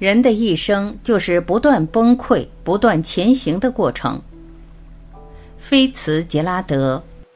人的一生就是不断崩溃、不断前行的过程。菲茨杰拉德。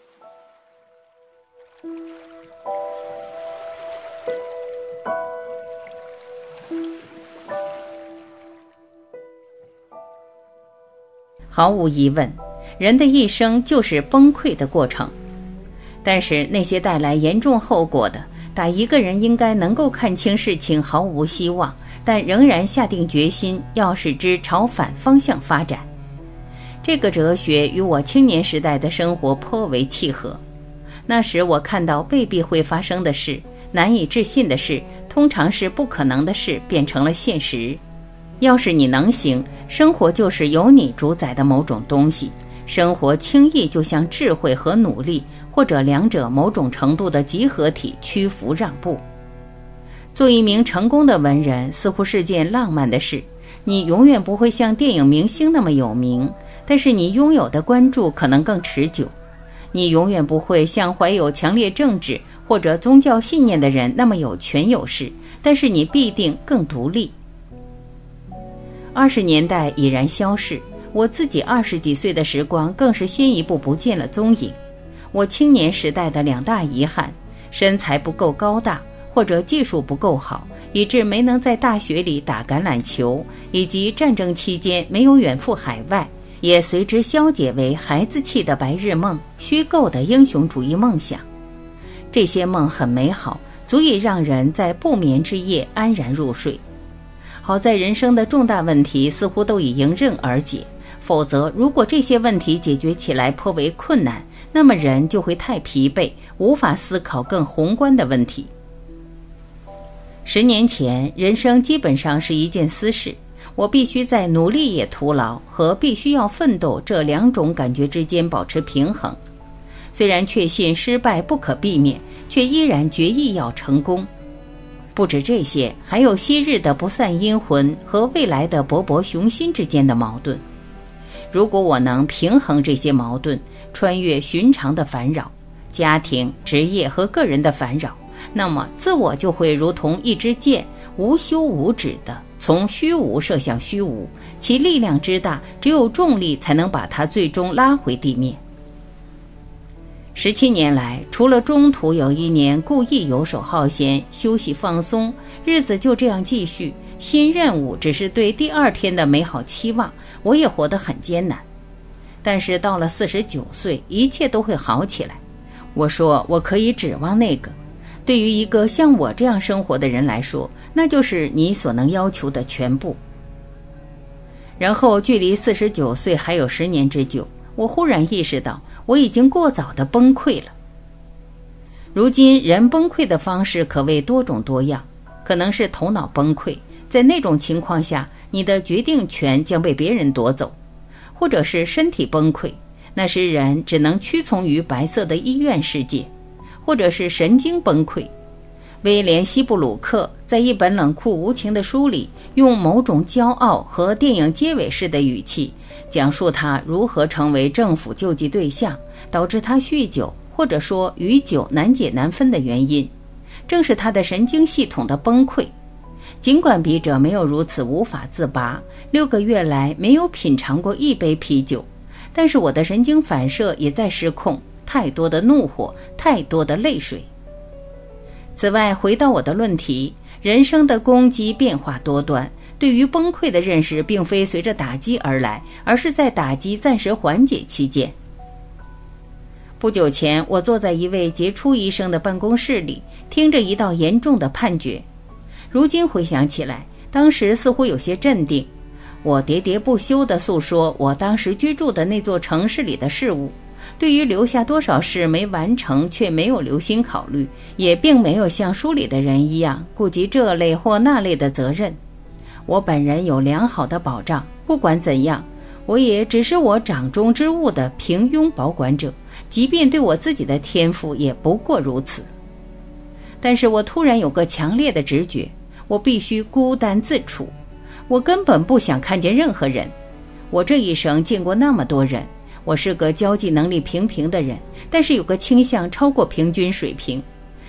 毫无疑问，人的一生就是崩溃的过程。但是那些带来严重后果的，打一个人应该能够看清事情毫无希望，但仍然下定决心要使之朝反方向发展。这个哲学与我青年时代的生活颇为契合。那时我看到未必会发生的事，难以置信的事，通常是不可能的事，变成了现实。要是你能行，生活就是由你主宰的某种东西。生活轻易就向智慧和努力，或者两者某种程度的集合体屈服让步。做一名成功的文人似乎是件浪漫的事，你永远不会像电影明星那么有名，但是你拥有的关注可能更持久。你永远不会像怀有强烈政治或者宗教信念的人那么有权有势，但是你必定更独立。20年代已然消逝，我自己20几岁的时光更是先一步不见了踪影。我青年时代的两大遗憾，身材不够高大，或者技术不够好，以致没能在大学里打橄榄球，以及战争期间没有远赴海外，也随之消解为孩子气的白日梦，虚构的英雄主义梦想。这些梦很美好，足以让人在不眠之夜安然入睡。好在人生的重大问题似乎都已迎刃而解，否则如果这些问题解决起来颇为困难，那么人就会太疲惫，无法思考更宏观的问题。10年前，人生基本上是一件私事，我必须在努力也徒劳和必须要奋斗这两种感觉之间保持平衡。虽然确信失败不可避免，却依然决意要成功。不止这些，还有昔日的不散阴魂和未来的勃勃雄心之间的矛盾。如果我能平衡这些矛盾，穿越寻常的烦扰，家庭、职业和个人的烦扰，那么自我就会如同一支箭，无休无止地从虚无射向虚无，其力量之大，只有重力才能把它最终拉回地面。17年来，除了中途有1年故意游手好闲、休息放松，日子就这样继续，新任务只是对第2天的美好期望，我也活得很艰难。但是到了49岁，一切都会好起来。我说我可以指望那个。对于一个像我这样生活的人来说，那就是你所能要求的全部。然后距离49岁还有10年之久，我忽然意识到我已经过早地崩溃了。如今人崩溃的方式可谓多种多样，可能是头脑崩溃，在那种情况下，你的决定权将被别人夺走；或者是身体崩溃，那时人只能屈从于白色的医院世界；或者是神经崩溃。威廉·西布鲁克在一本冷酷无情的书里，用某种骄傲和电影结尾式的语气讲述他如何成为政府救济对象，导致他酗酒，或者说与酒难解难分的原因，正是他的神经系统的崩溃。尽管笔者没有如此无法自拔，6个月来没有品尝过1杯啤酒，但是我的神经反射也在失控，太多的怒火，太多的泪水。此外，回到我的论题，人生的攻击变化多端，对于崩溃的认识并非随着打击而来，而是在打击暂时缓解期间。不久前，我坐在一位杰出医生的办公室里，听着一道严重的判决。如今回想起来，当时似乎有些镇定。我喋喋不休地诉说我当时居住的那座城市里的事物，对于留下多少事没完成却没有留心考虑，也并没有像书里的人一样顾及这类或那类的责任。我本人有良好的保障，不管怎样，我也只是我掌中之物的平庸保管者，即便对我自己的天赋也不过如此。但是我突然有个强烈的直觉，我必须孤单自处。我根本不想看见任何人。我这一生见过那么多人，我是个交际能力平平的人，但是有个倾向超过平均水平。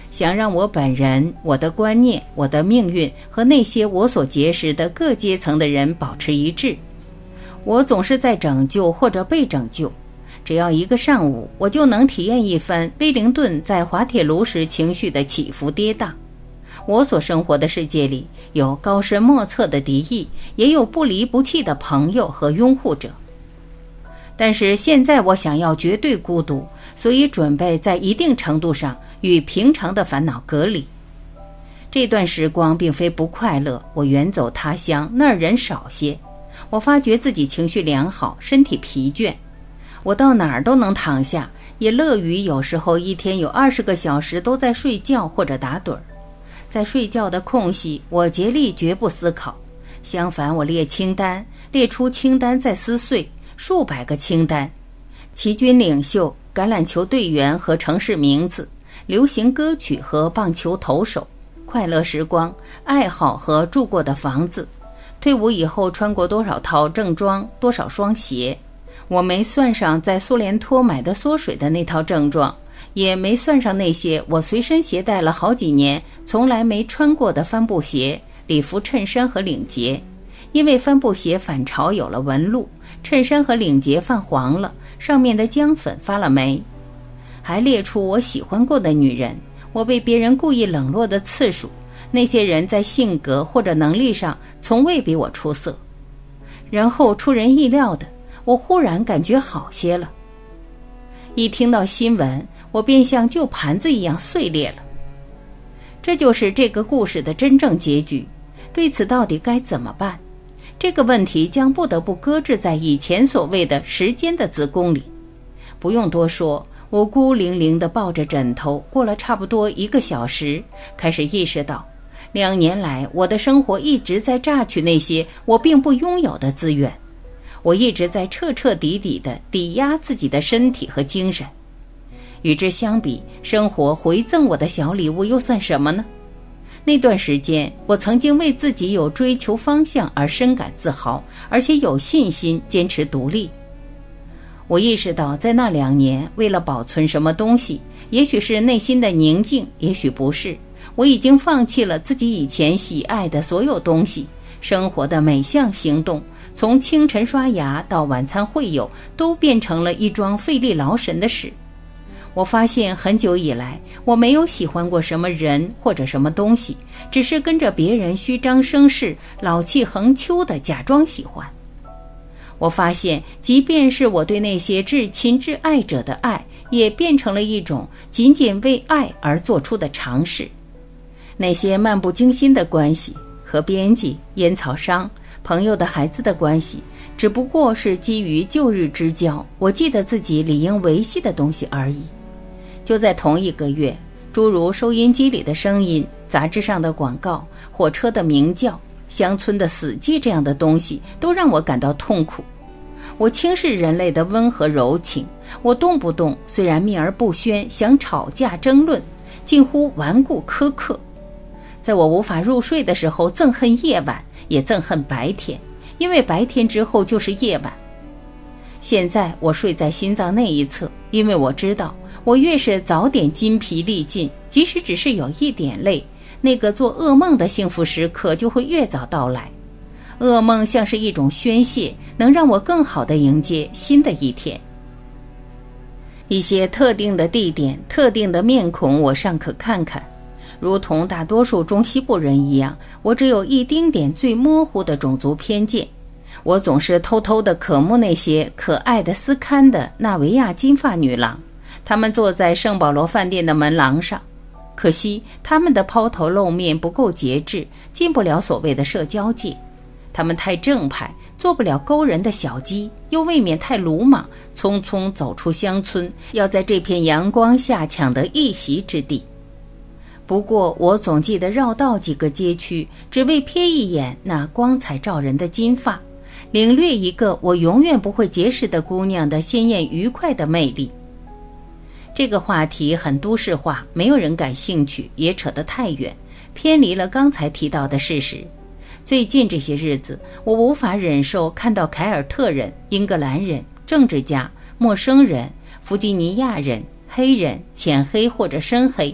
想让我本人、我的观念、我的命运和那些我所结识的各阶层的人保持一致。我总是在拯救或者被拯救，只要一个上午，我就能体验一番威灵顿在滑铁卢时情绪的起伏跌宕。我所生活的世界里有高深莫测的敌意，也有不离不弃的朋友和拥护者。但是现在我想要绝对孤独，所以准备在一定程度上与平常的烦恼隔离。这段时光并非不快乐，我远走他乡，那儿人少些。我发觉自己情绪良好，身体疲倦。我到哪儿都能躺下，也乐于有时候一天有20个小时都在睡觉或者打盹儿。在睡觉的空隙，我竭力绝不思考。相反，我列清单，列出清单再撕碎，数百个清单：旗军领袖、橄榄球队员和城市名字、流行歌曲和棒球投手、快乐时光、爱好和住过的房子、退伍以后穿过多少套正装、多少双鞋。我没算上在苏联托买的缩水的那套正装，也没算上那些我随身携带了好几年从来没穿过的帆布鞋、礼服衬衫和领结，因为帆布鞋反潮有了纹路，衬衫和领结泛黄了，上面的浆粉发了霉。还列出我喜欢过的女人，我被别人故意冷落的次数，那些人在性格或者能力上从未比我出色。然后出人意料的，我忽然感觉好些了。一听到新闻，我便像旧盘子一样碎裂了。这就是这个故事的真正结局。对此到底该怎么办？这个问题将不得不搁置在以前所谓的时间的子宫里。不用多说，我孤零零地抱着枕头，过了差不多1个小时，开始意识到2年来我的生活一直在榨取那些我并不拥有的资源，我一直在彻彻底底地抵押自己的身体和精神。与之相比，生活回赠我的小礼物又算什么呢？那段时间，我曾经为自己有追求方向而深感自豪，而且有信心坚持独立。我意识到，在那2年，为了保存什么东西，也许是内心的宁静，也许不是，我已经放弃了自己以前喜爱的所有东西，生活的每项行动，从清晨刷牙到晚餐会友，都变成了一桩费力劳神的事。我发现很久以来，我没有喜欢过什么人或者什么东西，只是跟着别人虚张声势、老气横秋地假装喜欢。我发现，即便是我对那些至亲至爱者的爱，也变成了一种仅仅为爱而做出的尝试。那些漫不经心的关系，和编辑、烟草商、朋友的孩子的关系，只不过是基于旧日之交，我记得自己理应维系的东西而已。就在同一个月，诸如收音机里的声音、杂志上的广告、火车的鸣叫、乡村的死寂这样的东西，都让我感到痛苦。我轻视人类的温和柔情，我动不动虽然秘而不宣，想吵架争论，近乎顽固苛刻。在我无法入睡的时候，憎恨夜晚，也憎恨白天，因为白天之后就是夜晚。现在我睡在心脏那一侧，因为我知道，我越是早点筋疲力尽，即使只是有一点累，那个做噩梦的幸福时刻就会越早到来。噩梦像是一种宣泄，能让我更好地迎接新的一天。一些特定的地点、特定的面孔我尚可看看，如同大多数中西部人一样，我只有一丁点最模糊的种族偏见。我总是偷偷地渴慕那些可爱的斯堪的纳维亚金发女郎，她们坐在圣保罗饭店的门廊上。可惜她们的抛头露面不够节制，进不了所谓的社交界。她们太正派，做不了勾人的小鸡，又未免太鲁莽，匆匆走出乡村，要在这片阳光下抢得一席之地。不过我总记得绕道几个街区，只为瞥一眼那光彩照人的金发，领略一个我永远不会结识的姑娘的鲜艳愉快的魅力。这个话题很都市化，没有人感兴趣，也扯得太远，偏离了刚才提到的事实。最近这些日子，我无法忍受看到凯尔特人、英格兰人、政治家、陌生人、弗吉尼亚人、黑人、浅黑或者深黑，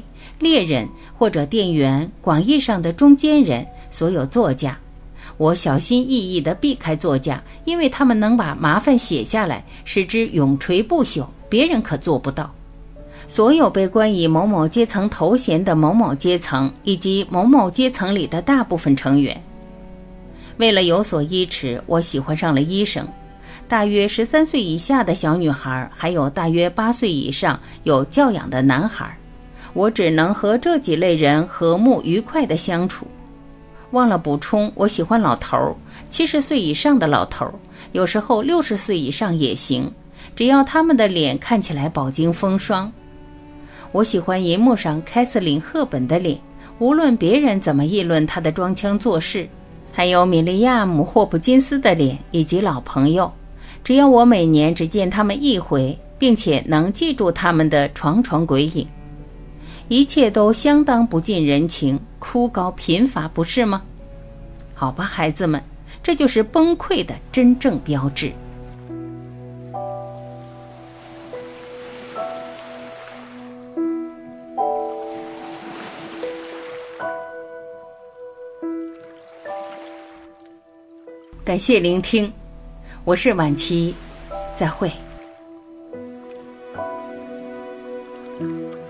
猎人或者店员，广义上的中间人，所有作家。我小心翼翼地避开作家，因为他们能把麻烦写下来，使之永垂不朽，别人可做不到。所有被冠以某某阶层头衔的某某阶层，以及某某阶层里的大部分成员。为了有所依持，我喜欢上了医生。大约13岁以下的小女孩，还有大约8岁以上有教养的男孩，我只能和这几类人和睦愉快地相处。忘了补充，我喜欢老头，70岁以上的老头，有时候60岁以上也行，只要他们的脸看起来饱经风霜。我喜欢银幕上凯瑟琳·赫本的脸，无论别人怎么议论她的装腔作势，还有米利亚姆·霍普金斯的脸，以及老朋友，只要我每年只见他们一回，并且能记住他们的床床鬼影。一切都相当不近人情，枯槁贫乏，不是吗？好吧，孩子们，这就是崩溃的真正标志。感谢聆听，我是婉琪，再会。